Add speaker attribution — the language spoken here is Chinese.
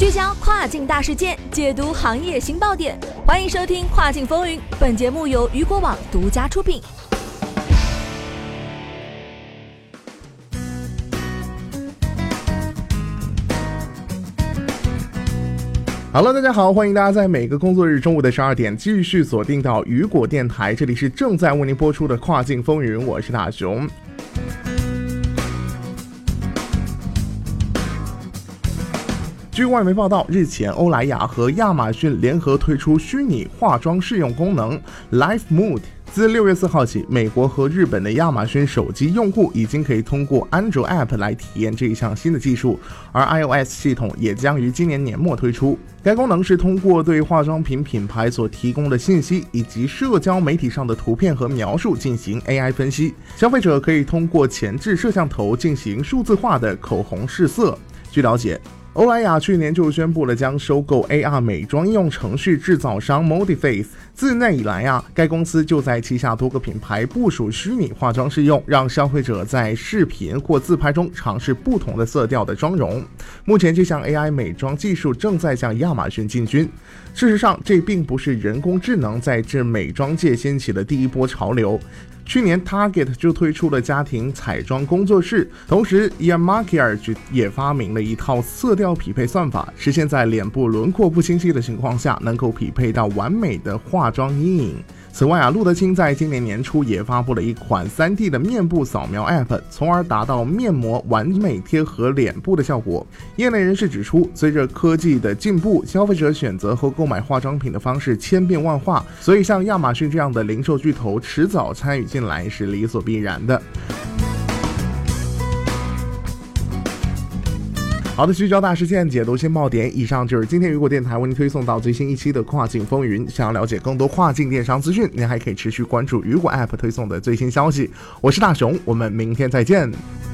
Speaker 1: 聚焦跨境大事件，解读行业新爆点，欢迎收听《跨境风云》。本节目由雨果网独家出品。
Speaker 2: Hello， 大家好，欢迎大家在每个工作日中午的12点继续锁定到雨果电台，这里是正在为您播出的《跨境风云》，我是大雄。据外媒报道，日前欧莱雅和亚马逊联合推出虚拟化妆试用功能 Live Mood。自6月4号起，美国和日本的亚马逊手机用户已经可以通过安卓 App 来体验这一项新的技术，而 iOS 系统也将于今年年末推出。该功能是通过对化妆品品牌所提供的信息以及社交媒体上的图片和描述进行 AI 分析，消费者可以通过前置摄像头进行数字化的口红试色。据了解，欧莱雅去年就宣布了将收购 AR 美妆应用程序制造商 Modiface。自那以来该公司就在旗下多个品牌部署虚拟化妆试用，让消费者在视频或自拍中尝试不同的色调的妆容。目前这项 AI 美妆技术正在向亚马逊进军。事实上，这并不是人工智能在这美妆界掀起的第一波潮流。去年 Target 就推出了家庭彩妆工作室，同时 Ian Markier 也发明了一套色调匹配算法，实现在脸部轮廓不清晰的情况下能够匹配到完美的化妆阴影。此外路德清在今年年初也发布了一款 3D 的面部扫描 App， 从而达到面膜完美贴合脸部的效果。业内人士指出，随着科技的进步，消费者选择和购买化妆品的方式千变万化，所以像亚马逊这样的零售巨头迟早参与进来是理所必然的。好的，聚焦大事件，解读新爆点。以上就是今天雨果电台为您推送到最新一期的跨境风云。想要了解更多跨境电商资讯，您还可以持续关注雨果 App 推送的最新消息。我是大雄，我们明天再见。